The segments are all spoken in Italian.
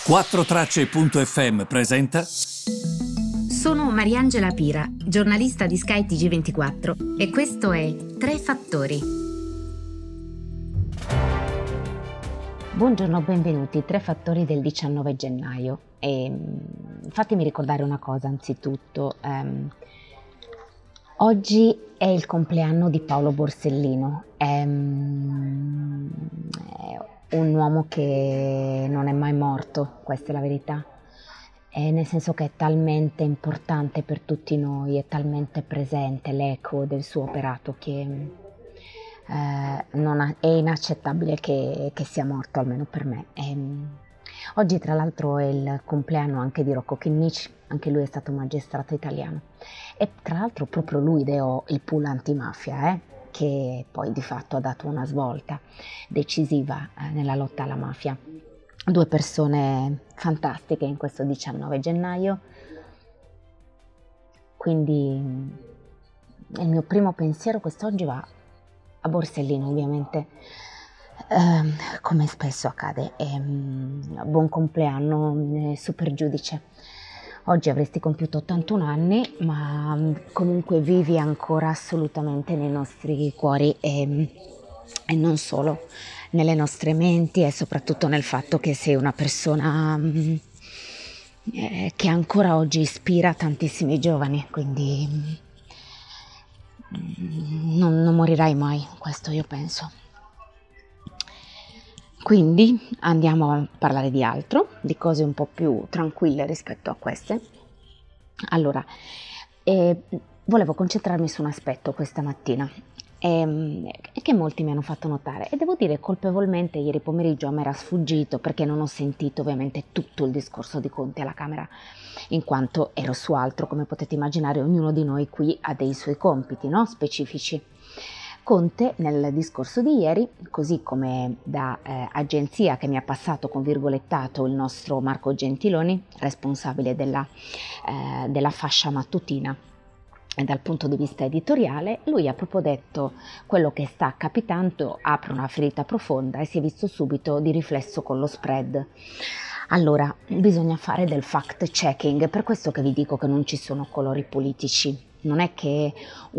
4Tracce.fm presenta. Sono Mariangela Pira, giornalista di Sky TG24 e questo è Tre Fattori. Buongiorno, benvenuti. Tre Fattori del 19 gennaio. Fatemi ricordare una cosa anzitutto. Oggi è il compleanno di Paolo Borsellino. È un uomo che non è mai morto, questa è la verità. Nel senso che è talmente importante per tutti noi, è talmente presente l'eco del suo operato che è inaccettabile che sia morto, almeno per me. Oggi tra l'altro è il compleanno anche di Rocco Chinnici, anche lui è stato magistrato italiano e tra l'altro proprio lui ideò il pool antimafia, che poi di fatto ha dato una svolta decisiva nella lotta alla mafia. Due persone fantastiche in questo 19 gennaio, quindi il mio primo pensiero quest'oggi va a Borsellino, ovviamente, come spesso accade. Buon compleanno, super giudice. Oggi avresti compiuto 81 anni, ma comunque vivi ancora assolutamente nei nostri cuori e non solo, nelle nostre menti e soprattutto nel fatto che sei una persona che ancora oggi ispira tantissimi giovani, quindi non morirai mai, questo io penso. Quindi andiamo a parlare di altro, di cose un po' più tranquille rispetto a queste. Allora, volevo concentrarmi su un aspetto questa mattina che molti mi hanno fatto notare e devo dire colpevolmente ieri pomeriggio a me era sfuggito perché non ho sentito ovviamente tutto il discorso di Conte alla Camera, in quanto ero su altro, come potete immaginare ognuno di noi qui ha dei suoi compiti, no? Specifici. Conte nel discorso di ieri, così come da agenzia che mi ha passato con virgolettato il nostro Marco Gentiloni, responsabile della fascia mattutina dal punto di vista editoriale, lui ha proprio detto quello che sta capitando apre una ferita profonda e si è visto subito di riflesso con lo spread. Allora, bisogna fare del fact checking, per questo che vi dico che non ci sono colori politici. Non è che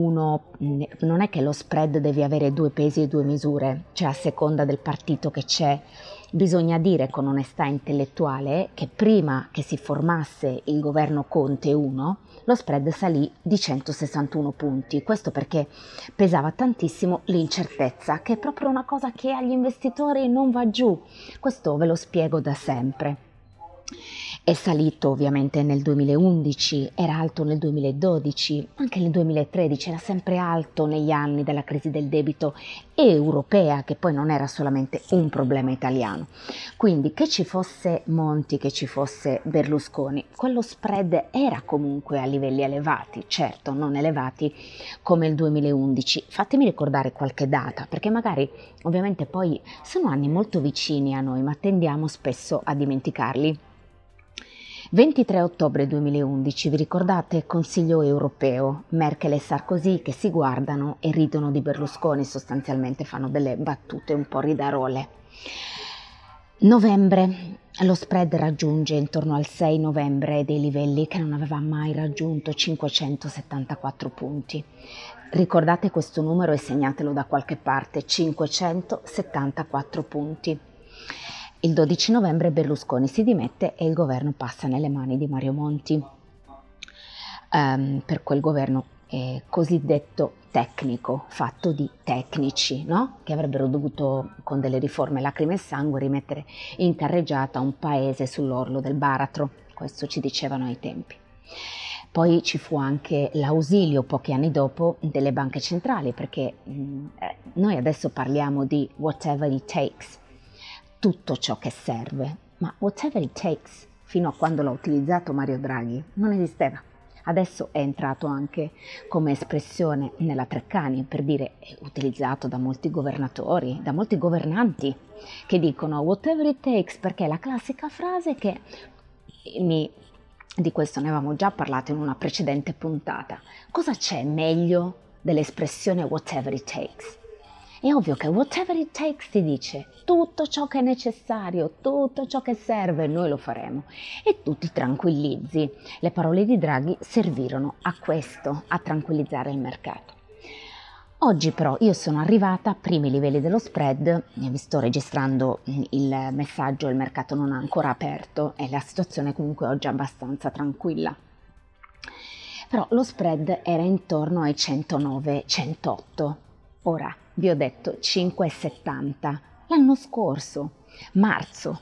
lo spread deve avere due pesi e due misure, cioè a seconda del partito che c'è. Bisogna dire con onestà intellettuale che prima che si formasse il governo Conte 1, lo spread salì di 161 punti. Questo perché pesava tantissimo l'incertezza, che è proprio una cosa che agli investitori non va giù. Questo ve lo spiego da sempre. È salito ovviamente nel 2011, era alto nel 2012, anche nel 2013, era sempre alto negli anni della crisi del debito europea, che poi non era solamente un problema italiano. Quindi che ci fosse Monti, che ci fosse Berlusconi, quello spread era comunque a livelli elevati, certo non elevati come il 2011. Fatemi ricordare qualche data, perché magari ovviamente poi sono anni molto vicini a noi, ma tendiamo spesso a dimenticarli. 23 ottobre 2011, vi ricordate? Consiglio europeo, Merkel e Sarkozy che si guardano e ridono di Berlusconi, sostanzialmente fanno delle battute un po' ridarole. Novembre, lo spread raggiunge intorno al 6 novembre dei livelli che non aveva mai raggiunto, 574 punti. Ricordate questo numero e segnatelo da qualche parte, 574 punti. Il 12 novembre Berlusconi si dimette e il governo passa nelle mani di Mario Monti. Per quel governo cosiddetto tecnico, fatto di tecnici, no? Che avrebbero dovuto con delle riforme lacrime e sangue rimettere in carreggiata un paese sull'orlo del baratro, questo ci dicevano ai tempi. Poi ci fu anche l'ausilio pochi anni dopo delle banche centrali, perché noi adesso parliamo di whatever it takes, tutto ciò che serve, ma whatever it takes, fino a quando l'ha utilizzato Mario Draghi, non esisteva. Adesso è entrato anche come espressione nella Treccani, per dire è utilizzato da molti governatori, da molti governanti che dicono whatever it takes, perché è la classica frase che di questo ne avevamo già parlato in una precedente puntata. Cosa c'è meglio dell'espressione whatever it takes? È ovvio che whatever it takes ti dice tutto ciò che è necessario, tutto ciò che serve, noi lo faremo. E tu ti tranquillizzi. Le parole di Draghi servirono a questo, a tranquillizzare il mercato. Oggi però io sono arrivata a primi livelli dello spread, vi sto registrando il messaggio, il mercato non ha ancora aperto e la situazione comunque oggi è abbastanza tranquilla. Però lo spread era intorno ai 109-108, ora vi ho detto 5,70 l'anno scorso, marzo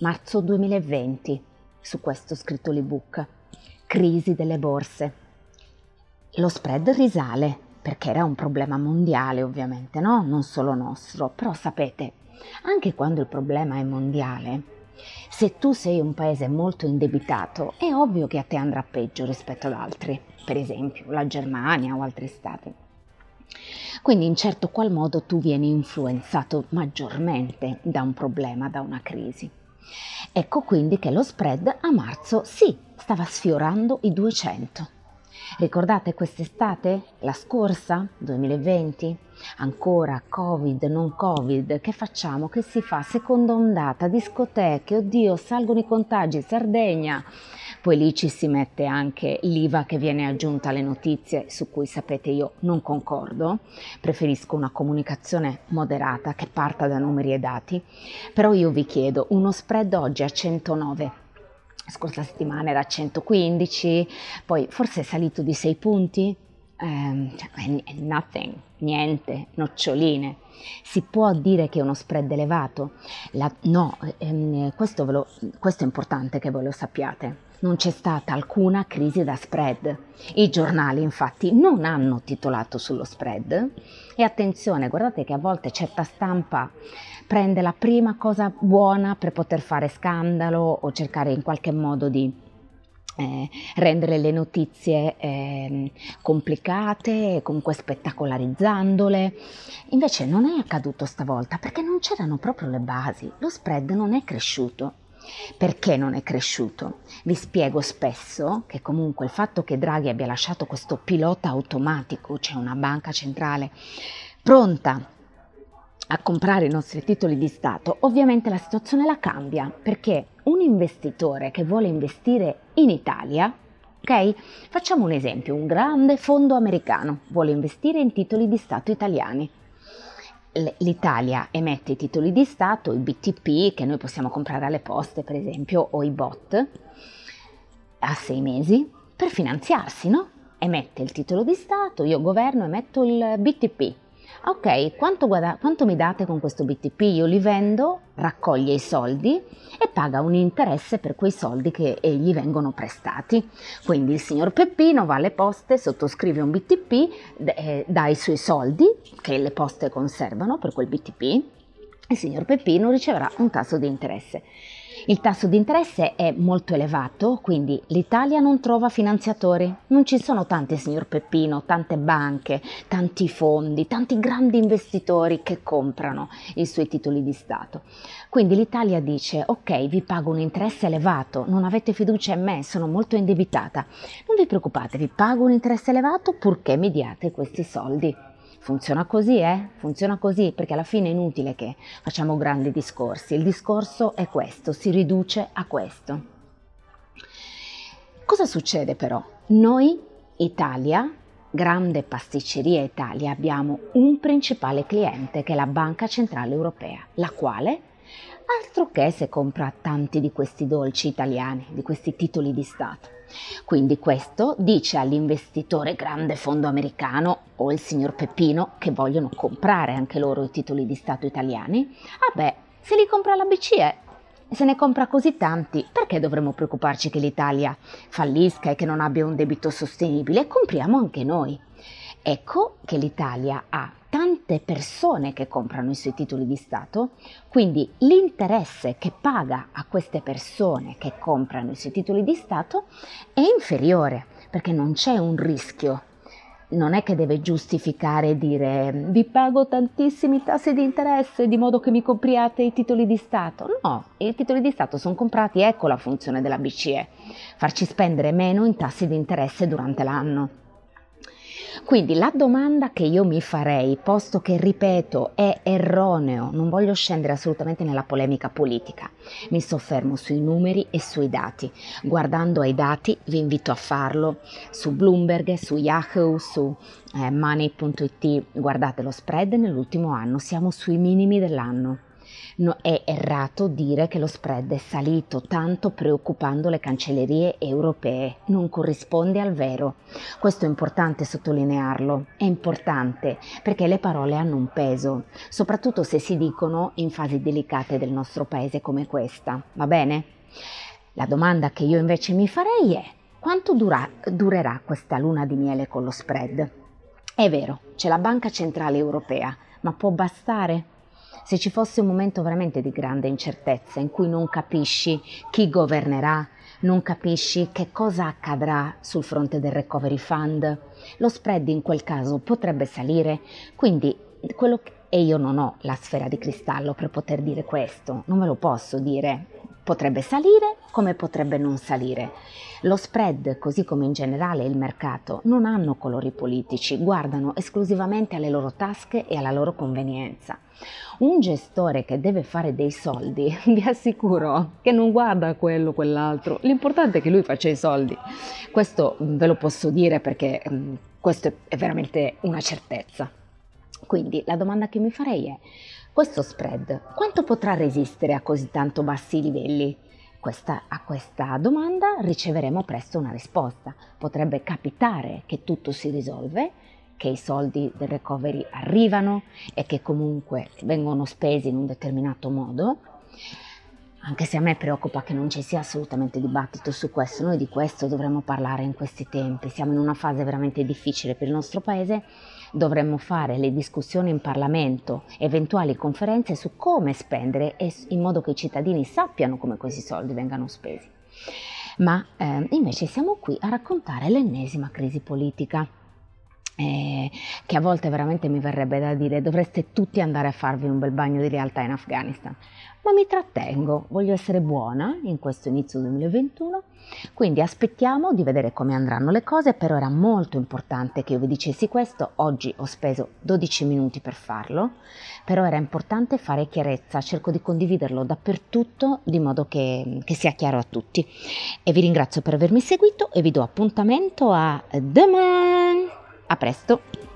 2020, su questo ho scritto l'ebook, crisi delle borse. Lo spread risale perché era un problema mondiale ovviamente, no? Non solo nostro, però sapete, anche quando il problema è mondiale, se tu sei un paese molto indebitato, è ovvio che a te andrà peggio rispetto ad altri, per esempio la Germania o altri stati. Quindi in certo qual modo tu vieni influenzato maggiormente da un problema, da una crisi. Ecco quindi che lo spread a marzo sì, stava sfiorando i 200. Ricordate quest'estate? La scorsa? 2020? Ancora Covid, non Covid, che facciamo? Che si fa? Seconda ondata, discoteche, oddio, salgono i contagi, Sardegna. Poi lì ci si mette anche l'IVA che viene aggiunta alle notizie, su cui sapete io non concordo, preferisco una comunicazione moderata che parta da numeri e dati, però io vi chiedo, uno spread oggi a 109, scorsa settimana era a 115, poi forse è salito di 6 punti, nothing, niente, noccioline. Si può dire che è uno spread elevato? No, questo è importante che voi lo sappiate. Non c'è stata alcuna crisi da spread. I giornali infatti non hanno titolato sullo spread e attenzione, guardate che a volte certa stampa prende la prima cosa buona per poter fare scandalo o cercare in qualche modo di rendere le notizie complicate, comunque spettacolarizzandole. Invece non è accaduto stavolta perché non c'erano proprio le basi, lo spread non è cresciuto. Perché non è cresciuto? Vi spiego spesso che comunque il fatto che Draghi abbia lasciato questo pilota automatico, cioè una banca centrale pronta a comprare i nostri titoli di Stato, ovviamente la situazione la cambia, perché un investitore che vuole investire in Italia, ok? Facciamo un esempio, un grande fondo americano vuole investire in titoli di Stato italiani. L'Italia emette i titoli di Stato, i BTP, che noi possiamo comprare alle poste per esempio, o i BOT, a 6 mesi, per finanziarsi, no? Emette il titolo di Stato, io governo emetto il BTP. Ok, quanto mi date con questo BTP? Io li vendo, raccoglie i soldi e paga un interesse per quei soldi che gli vengono prestati. Quindi il signor Peppino va alle poste, sottoscrive un BTP, dà i suoi soldi che le poste conservano per quel BTP e il signor Peppino riceverà un tasso di interesse. Il tasso di interesse è molto elevato, quindi l'Italia non trova finanziatori, non ci sono tanti signor Peppino, tante banche, tanti fondi, tanti grandi investitori che comprano i suoi titoli di Stato. Quindi l'Italia dice ok, vi pago un interesse elevato, non avete fiducia in me, sono molto indebitata, non vi preoccupate, vi pago un interesse elevato purché mi diate questi soldi. Funziona così, Funziona così, perché alla fine è inutile che facciamo grandi discorsi. Il discorso è questo, si riduce a questo. Cosa succede però? Noi, Italia, grande pasticceria Italia, abbiamo un principale cliente che è la Banca Centrale Europea, la quale, altro che se compra tanti di questi dolci italiani, di questi titoli di Stato. Quindi questo dice all'investitore grande fondo americano o il signor Peppino che vogliono comprare anche loro i titoli di Stato italiani, se li compra la BCE e se ne compra così tanti, perché dovremmo preoccuparci che l'Italia fallisca e che non abbia un debito sostenibile? Compriamo anche noi. Ecco che l'Italia ha tante persone che comprano i suoi titoli di Stato, quindi l'interesse che paga a queste persone che comprano i suoi titoli di Stato è inferiore, perché non c'è un rischio. Non è che deve giustificare e dire vi pago tantissimi tassi di interesse di modo che mi compriate i titoli di Stato. No, i titoli di Stato sono comprati, ecco la funzione della BCE, farci spendere meno in tassi di interesse durante l'anno. Quindi la domanda che io mi farei, posto che ripeto è erroneo, non voglio scendere assolutamente nella polemica politica, mi soffermo sui numeri e sui dati. Guardando ai dati vi invito a farlo su Bloomberg, su Yahoo, su Money.it, guardate lo spread nell'ultimo anno, siamo sui minimi dell'anno. No, è errato dire che lo spread è salito tanto preoccupando le cancellerie europee, non corrisponde al vero. Questo è importante sottolinearlo, è importante perché le parole hanno un peso, soprattutto se si dicono in fasi delicate del nostro paese come questa, va bene? La domanda che io invece mi farei è: quanto durerà questa luna di miele con lo spread? È vero, c'è la Banca Centrale Europea, ma può bastare? Se ci fosse un momento veramente di grande incertezza in cui non capisci chi governerà, non capisci che cosa accadrà sul fronte del recovery fund, lo spread in quel caso potrebbe salire, quindi e io non ho la sfera di cristallo per poter dire questo, non ve lo posso dire. Potrebbe salire come potrebbe non salire. Lo spread, così come in generale il mercato, non hanno colori politici, guardano esclusivamente alle loro tasche e alla loro convenienza. Un gestore che deve fare dei soldi, vi assicuro che non guarda quello o quell'altro, l'importante è che lui faccia i soldi. Questo ve lo posso dire perché questo è veramente una certezza. Quindi la domanda che mi farei è: questo spread quanto potrà resistere a così tanto bassi livelli? A questa domanda riceveremo presto una risposta. Potrebbe capitare che tutto si risolve, che i soldi del recovery arrivano e che comunque vengono spesi in un determinato modo, anche se a me preoccupa che non ci sia assolutamente dibattito su questo. Noi di questo dovremmo parlare in questi tempi, siamo in una fase veramente difficile per il nostro paese, dovremmo fare le discussioni in Parlamento, eventuali conferenze su come spendere e in modo che i cittadini sappiano come questi soldi vengano spesi. Ma invece siamo qui a raccontare l'ennesima crisi politica. Che a volte veramente mi verrebbe da dire: dovreste tutti andare a farvi un bel bagno di realtà in Afghanistan, ma mi trattengo, voglio essere buona in questo inizio 2021, quindi aspettiamo di vedere come andranno le cose. Però era molto importante che io vi dicessi questo. Oggi ho speso 12 minuti per farlo, però era importante fare chiarezza, cerco di condividerlo dappertutto di modo che sia chiaro a tutti, e vi ringrazio per avermi seguito e vi do appuntamento a domani. A presto!